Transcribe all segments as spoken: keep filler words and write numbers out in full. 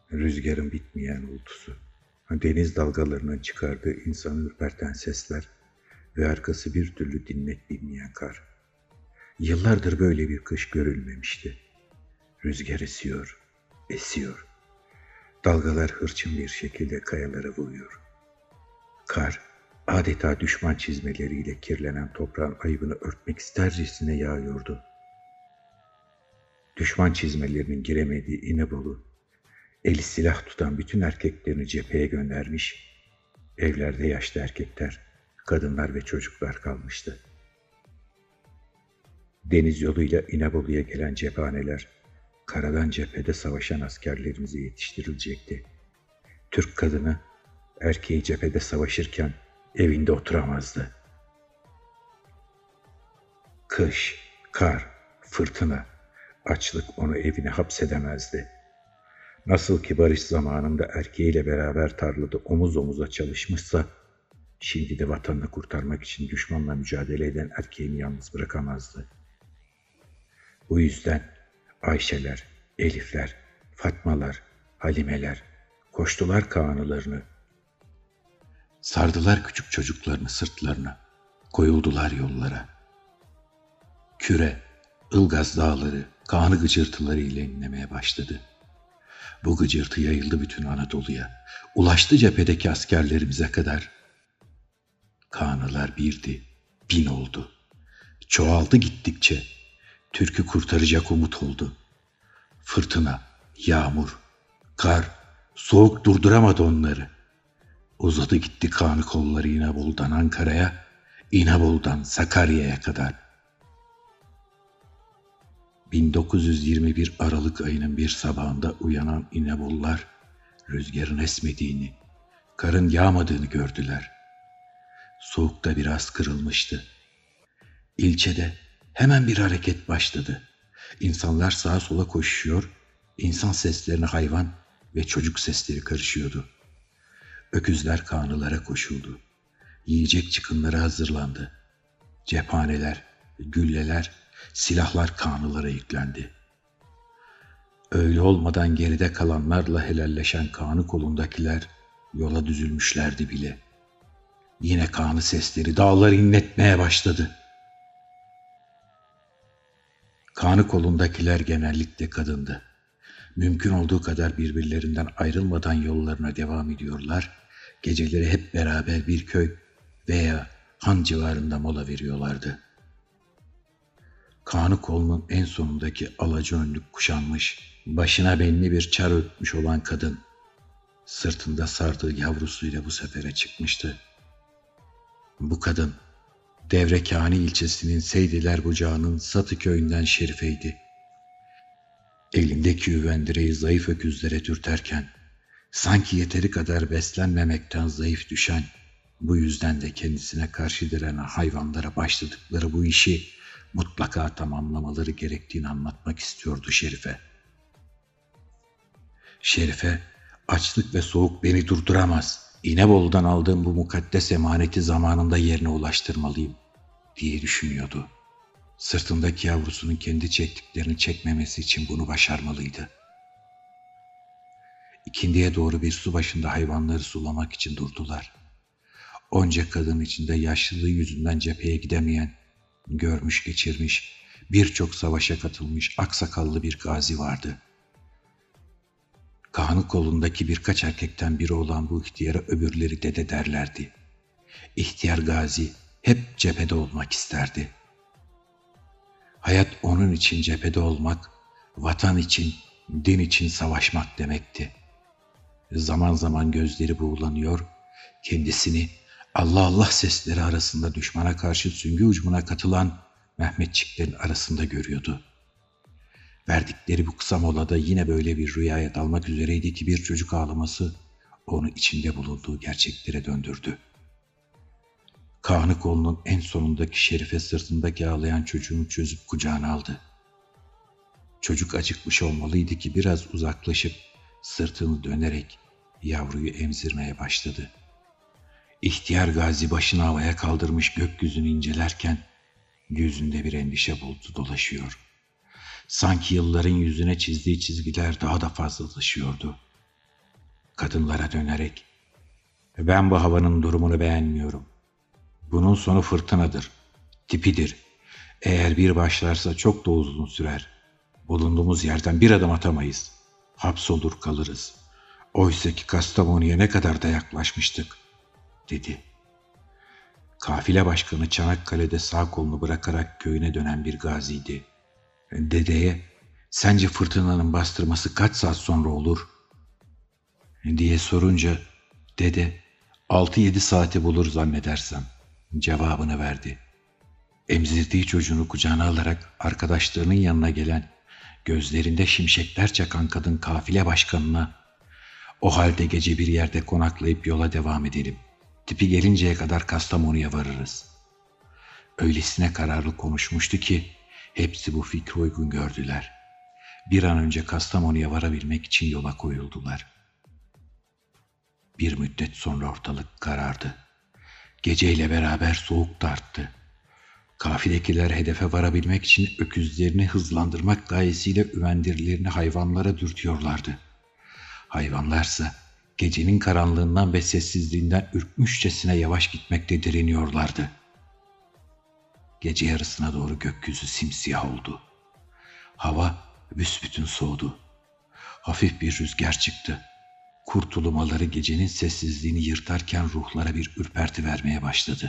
Rüzgarın bitmeyen uğultusu, deniz dalgalarının çıkardığı insanı ürperten sesler ve arkası bir türlü dinmek bilmeyen kar. Yıllardır böyle bir kış görülmemişti. Rüzgar esiyor, esiyor. Dalgalar hırçın bir şekilde kayalara vuruyor. Kar, adeta düşman çizmeleriyle kirlenen toprağın ayıbını örtmek istercesine yağıyordu. Düşman çizmelerinin giremediği İnebolu, eli silah tutan bütün erkeklerini cepheye göndermiş, evlerde yaşlı erkekler, kadınlar ve çocuklar kalmıştı. Deniz yoluyla İnebolu'ya gelen cephaneler, karadan cephede savaşan askerlerimize yetiştirilecekti. Türk kadını, erkeği cephede savaşırken evinde oturamazdı. Kış, kar, fırtına, açlık onu evine hapsedemezdi. Nasıl ki barış zamanında erkeğiyle beraber tarlada omuz omuza çalışmışsa, şimdi de vatanını kurtarmak için düşmanla mücadele eden erkeğini yalnız bırakamazdı. Bu yüzden Ayşeler, Elifler, Fatmalar, Halimeler koştular kağanılarını. Sardılar küçük çocuklarını sırtlarına, koyuldular yollara. Küre, Ilgaz dağları, kağanı gıcırtıları ile inlemeye başladı. Bu gıcırtı yayıldı bütün Anadolu'ya, ulaştı cephedeki askerlerimize kadar. Kağanılar birdi, bin oldu. Çoğaldı gittikçe, Türk'ü kurtaracak umut oldu. Fırtına, yağmur, kar, soğuk durduramadı onları. Uzadı gitti Kağanı kolları İnebolu'dan Ankara'ya, İnebolu'dan Sakarya'ya kadar. bin dokuz yüz yirmi bir Aralık ayının bir sabahında uyanan İnebolular, rüzgarın esmediğini, karın yağmadığını gördüler. Soğukta biraz kırılmıştı. İlçede hemen bir hareket başladı. İnsanlar sağa sola koşuyor, insan seslerine hayvan ve çocuk sesleri karışıyordu. Öküzler kağanılara koşuldu. Yiyecek çıkınları hazırlandı. Cephaneler, gülleler, silahlar kağanılara yüklendi. Öyle olmadan geride kalanlarla helalleşen Kağanı kolundakiler yola düzülmüşlerdi bile. Yine Kağanı sesleri dağları inletmeye başladı. Kağanı kolundakiler genellikle kadındı. Mümkün olduğu kadar birbirlerinden ayrılmadan yollarına devam ediyorlar, geceleri hep beraber bir köy veya han civarında mola veriyorlardı. Kağanı kolunun en sonundaki alaca önlük kuşanmış, başına benli bir çar örtmüş olan kadın, sırtında sardığı yavrusuyla bu sefere çıkmıştı. Bu kadın, Devrekâni ilçesinin Seydiler Bucağı'nın Satı köyünden Şerife'ydi. Elindeki üvendireyi zayıf öküzlere dürterken, sanki yeteri kadar beslenmemekten zayıf düşen, bu yüzden de kendisine karşı direnen hayvanlara başladıkları bu işi mutlaka tamamlamaları gerektiğini anlatmak istiyordu Şerife. Şerife, açlık ve soğuk beni durduramaz, İnebolu'dan aldığım bu mukaddes emaneti zamanında yerine ulaştırmalıyım diye düşünüyordu. Sırtındaki yavrusunun kendi çektiklerini çekmemesi için bunu başarmalıydı. İkindiye doğru bir su başında hayvanları sulamak için durdular. Onca kadın içinde yaşlılığı yüzünden cepheye gidemeyen, görmüş geçirmiş, birçok savaşa katılmış aksakallı bir gazi vardı. Kağanı kolundaki birkaç erkekten biri olan bu ihtiyara öbürleri dede derlerdi. İhtiyar gazi hep cephede olmak isterdi. Hayat onun için cephede olmak, vatan için, din için savaşmak demekti. Zaman zaman gözleri buğulanıyor, kendisini Allah Allah sesleri arasında düşmana karşı süngü ucuna katılan Mehmetçiklerin arasında görüyordu. Verdikleri bu kısa molada yine böyle bir rüyaya dalmak üzereydi ki bir çocuk ağlaması onu içinde bulunduğu gerçeklere döndürdü. Kağanı kolunun en sonundaki Şerife sırtındaki ağlayan çocuğunu çözüp kucağına aldı. Çocuk acıkmış olmalıydı ki biraz uzaklaşıp sırtını dönerek yavruyu emzirmeye başladı. İhtiyar gazi başını havaya kaldırmış gökyüzünü incelerken yüzünde bir endişe bulutu dolaşıyor. Sanki yılların yüzüne çizdiği çizgiler daha da fazlalaşıyordu. Kadınlara dönerek, ben bu havanın durumunu beğenmiyorum. Bunun sonu fırtınadır, tipidir. Eğer bir başlarsa çok da uzun sürer. Bulunduğumuz yerden bir adım atamayız. Hapsolur kalırız. Oysa ki Kastamonu'ya ne kadar da yaklaşmıştık, dedi. Kafile başkanı Çanakkale'de sağ kolunu bırakarak köyüne dönen bir gaziydi. Dedeye, sence fırtınanın bastırması kaç saat sonra olur, diye sorunca, dede, altı yedi saati bulur zannedersem, cevabını verdi. Emzirdiği çocuğunu kucağına alarak arkadaşlarının yanına gelen, gözlerinde şimşekler çakan kadın kafile başkanına, o halde gece bir yerde konaklayıp yola devam edelim. Tipi gelinceye kadar Kastamonu'ya varırız. Öylesine kararlı konuşmuştu ki hepsi bu fikri uygun gördüler. Bir an önce Kastamonu'ya varabilmek için yola koyuldular. Bir müddet sonra ortalık karardı. Geceyle beraber soğuk da arttı. Kafilekiler hedefe varabilmek için öküzlerini hızlandırmak gayesiyle üvendirlerini hayvanlara dürtüyorlardı. Hayvanlarsa gecenin karanlığından ve sessizliğinden ürkmüşçesine yavaş gitmekte direniyorlardı. Gece yarısına doğru gökyüzü simsiyah oldu. Hava büsbütün soğudu. Hafif bir rüzgar çıktı. Kurt ulumaları gecenin sessizliğini yırtarken ruhlara bir ürperti vermeye başladı.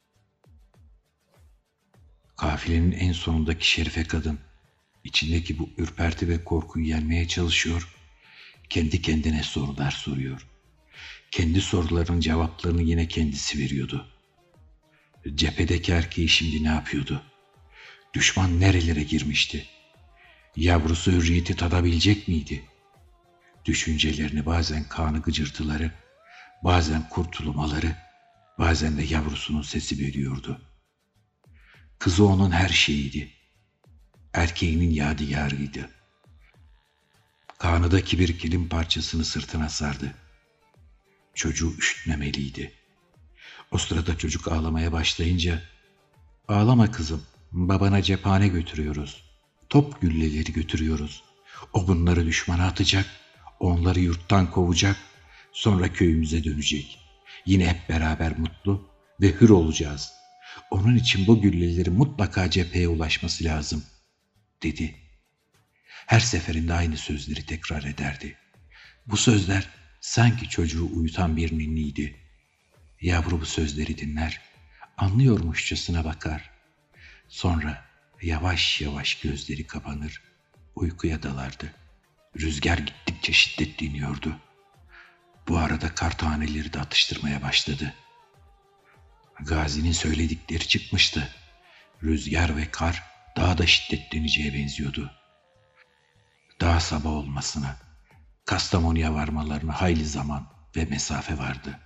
Kafilenin en sonundaki şerife kadın, içindeki bu ürperti ve korkuyu yenmeye çalışıyor, kendi kendine sorular soruyor. Kendi sorularının cevaplarını yine kendisi veriyordu. Cephedeki erkeği şimdi ne yapıyordu? Düşman nerelere girmişti? Yavrusu hürriyeti tadabilecek miydi? Düşüncelerini bazen kanı gıcırtıları, bazen kurtulmaları, bazen de yavrusunun sesi bölüyordu. Kızı onun her şeyiydi. Erkeğinin yadigarıydı. Kanıdaki bir kilim parçasını sırtına sardı. Çocuğu üşütmemeliydi. O sırada çocuk ağlamaya başlayınca, "Ağlama kızım, babana cephane götürüyoruz. Top gülleleri götürüyoruz. O bunları düşmana atacak, onları yurttan kovacak, sonra köyümüze dönecek. Yine hep beraber mutlu ve hür olacağız. Onun için bu gülleleri mutlaka cepheye ulaşması lazım," dedi. Her seferinde aynı sözleri tekrar ederdi. Bu sözler sanki çocuğu uyutan bir ninniydi. Yavru bu sözleri dinler, anlıyormuşçasına bakar. Sonra yavaş yavaş gözleri kapanır, uykuya dalardı. Rüzgar gittikçe şiddetleniyordu. Bu arada kar taneleri de atıştırmaya başladı. Gazi'nin söyledikleri çıkmıştı. Rüzgar ve kar daha da şiddetleneceğe benziyordu. Daha sabah olmasına, Kastamonu'ya varmalarına hayli zaman ve mesafe vardı.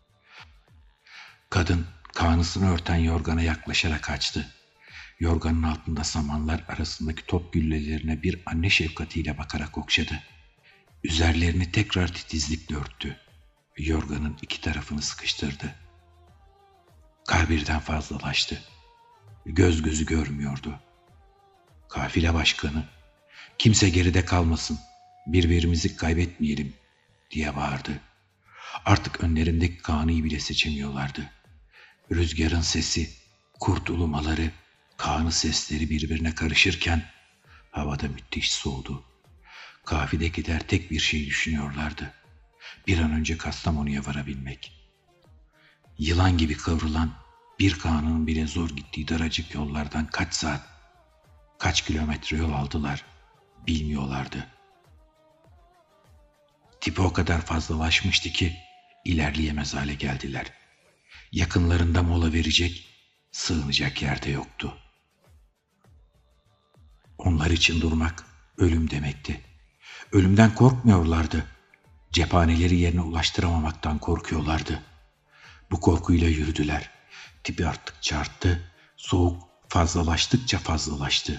Kadın kanısını örten yorgana yaklaşarak açtı. Yorganın altında samanlar arasındaki top güllelerine bir anne şefkatiyle bakarak okşadı. Üzerlerini tekrar titizlikle örttü. Yorganın iki tarafını sıkıştırdı. Kar birden fazlalaştı. Göz gözü görmüyordu. Kafile başkanı, "Kimse geride kalmasın, birbirimizi kaybetmeyelim," diye bağırdı. Artık önlerindeki Kaan'ı bile seçemiyorlardı. Rüzgarın sesi, kurt ulumaları, Kaan'ı sesleri birbirine karışırken havada müthiş soğudu. Kafidekiler tek bir şey düşünüyorlardı. Bir an önce Kastamonu'ya varabilmek. Yılan gibi kıvrılan bir Kaan'ın bile zor gittiği daracık yollardan kaç saat, kaç kilometre yol aldılar bilmiyorlardı. Tipi o kadar fazlalaşmıştı ki ilerleyemez hale geldiler. Yakınlarında mola verecek, sığınacak yerde yoktu. Onlar için durmak ölüm demekti. Ölümden korkmuyorlardı. Cephaneleri yerine ulaştıramamaktan korkuyorlardı. Bu korkuyla yürüdüler. Tipi arttıkça arttı, soğuk fazlalaştıkça fazlalaştı.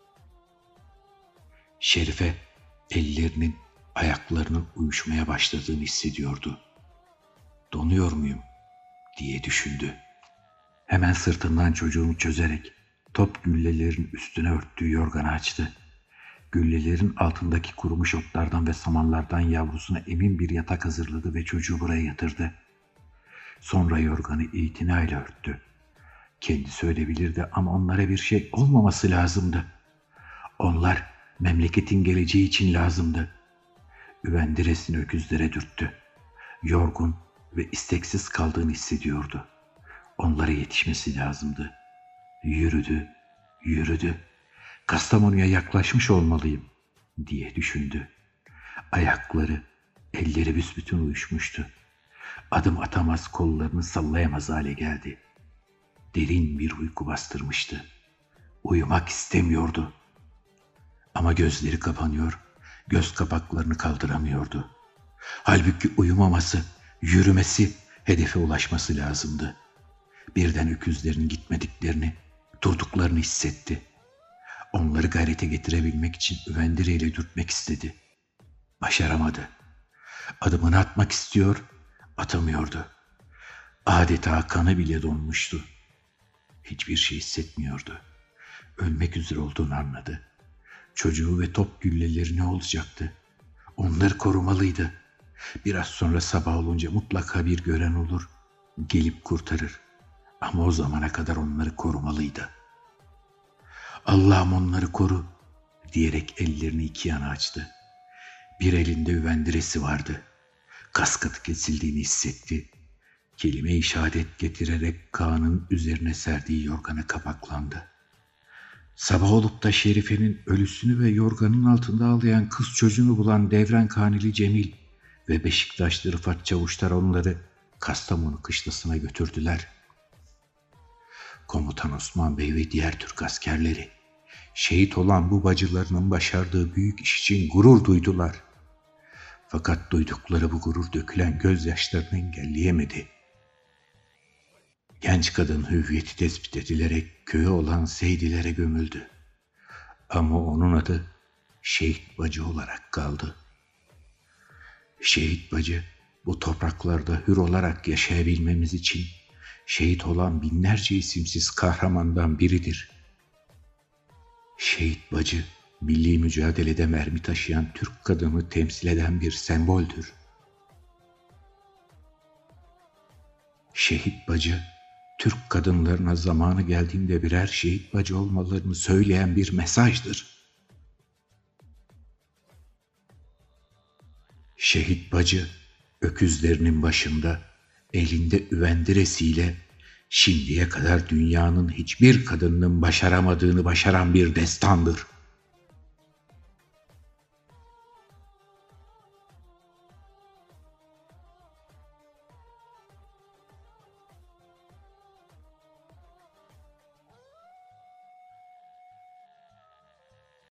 Şerife ellerinin, ayaklarının uyuşmaya başladığını hissediyordu. "Donuyor muyum?" diye düşündü. Hemen sırtından çocuğunu çözerek top güllelerin üstüne örttüğü yorganı açtı. Güllelerin altındaki kurumuş otlardan ve samanlardan yavrusuna emin bir yatak hazırladı ve çocuğu buraya yatırdı. Sonra yorganı itinayla örttü. Kendisi ölebilirdi ama onlara bir şey olmaması lazımdı. Onlar memleketin geleceği için lazımdı. Üvendiresini öküzlere dürttü. Yorgun ve isteksiz kaldığını hissediyordu. Onlara yetişmesi lazımdı. Yürüdü, yürüdü. Kastamonu'ya yaklaşmış olmalıyım diye düşündü. Ayakları, elleri büsbütün uyuşmuştu. Adım atamaz, kollarını sallayamaz hale geldi. Derin bir uyku bastırmıştı. Uyumak istemiyordu. Ama gözleri kapanıyor, göz kapaklarını kaldıramıyordu. Halbuki uyumaması, yürümesi, hedefe ulaşması lazımdı. Birden öküzlerin gitmediklerini, durduklarını hissetti. Onları gayrete getirebilmek için üvendireyle dürtmek istedi. Başaramadı. Adımını atmak istiyor, atamıyordu. Adeta kanı bile donmuştu. Hiçbir şey hissetmiyordu. Ölmek üzere olduğunu anladı. Çocuğu ve top gülleleri ne olacaktı? Onları korumalıydı. Biraz sonra sabah olunca mutlaka bir gören olur, gelip kurtarır. Ama o zamana kadar onları korumalıydı. Allah'ım onları koru diyerek ellerini iki yana açtı. Bir elinde üvendiresi vardı. Kaskatı kesildiğini hissetti. Kelime-i şehadet getirerek Kaan'ın üzerine serdiği yorgana kapaklandı. Sabah olup da Şerife'nin ölüsünü ve yorganın altında ağlayan kız çocuğunu bulan Devren Kanili Cemil ve Beşiktaşlı Rıfat Çavuşlar onları Kastamonu kışlasına götürdüler. Komutan Osman Bey ve diğer Türk askerleri şehit olan bu bacılarının başardığı büyük iş için gurur duydular. Fakat duydukları bu gurur dökülen gözyaşlarını engelleyemedi. Genç kadın hüviyeti tespit edilerek köye olan Seydilere gömüldü. Ama onun adı Şehit Bacı olarak kaldı. Şehit Bacı bu topraklarda hür olarak yaşayabilmemiz için şehit olan binlerce isimsiz kahramandan biridir. Şehit Bacı, milli mücadelede mermi taşıyan Türk kadını temsil eden bir semboldür. Şehit Bacı, Türk kadınlarına zamanı geldiğinde birer şehit bacı olmalarını söyleyen bir mesajdır. Şehit Bacı, öküzlerinin başında, elinde üvendiresiyle şimdiye kadar dünyanın hiçbir kadının başaramadığını başaran bir destandır.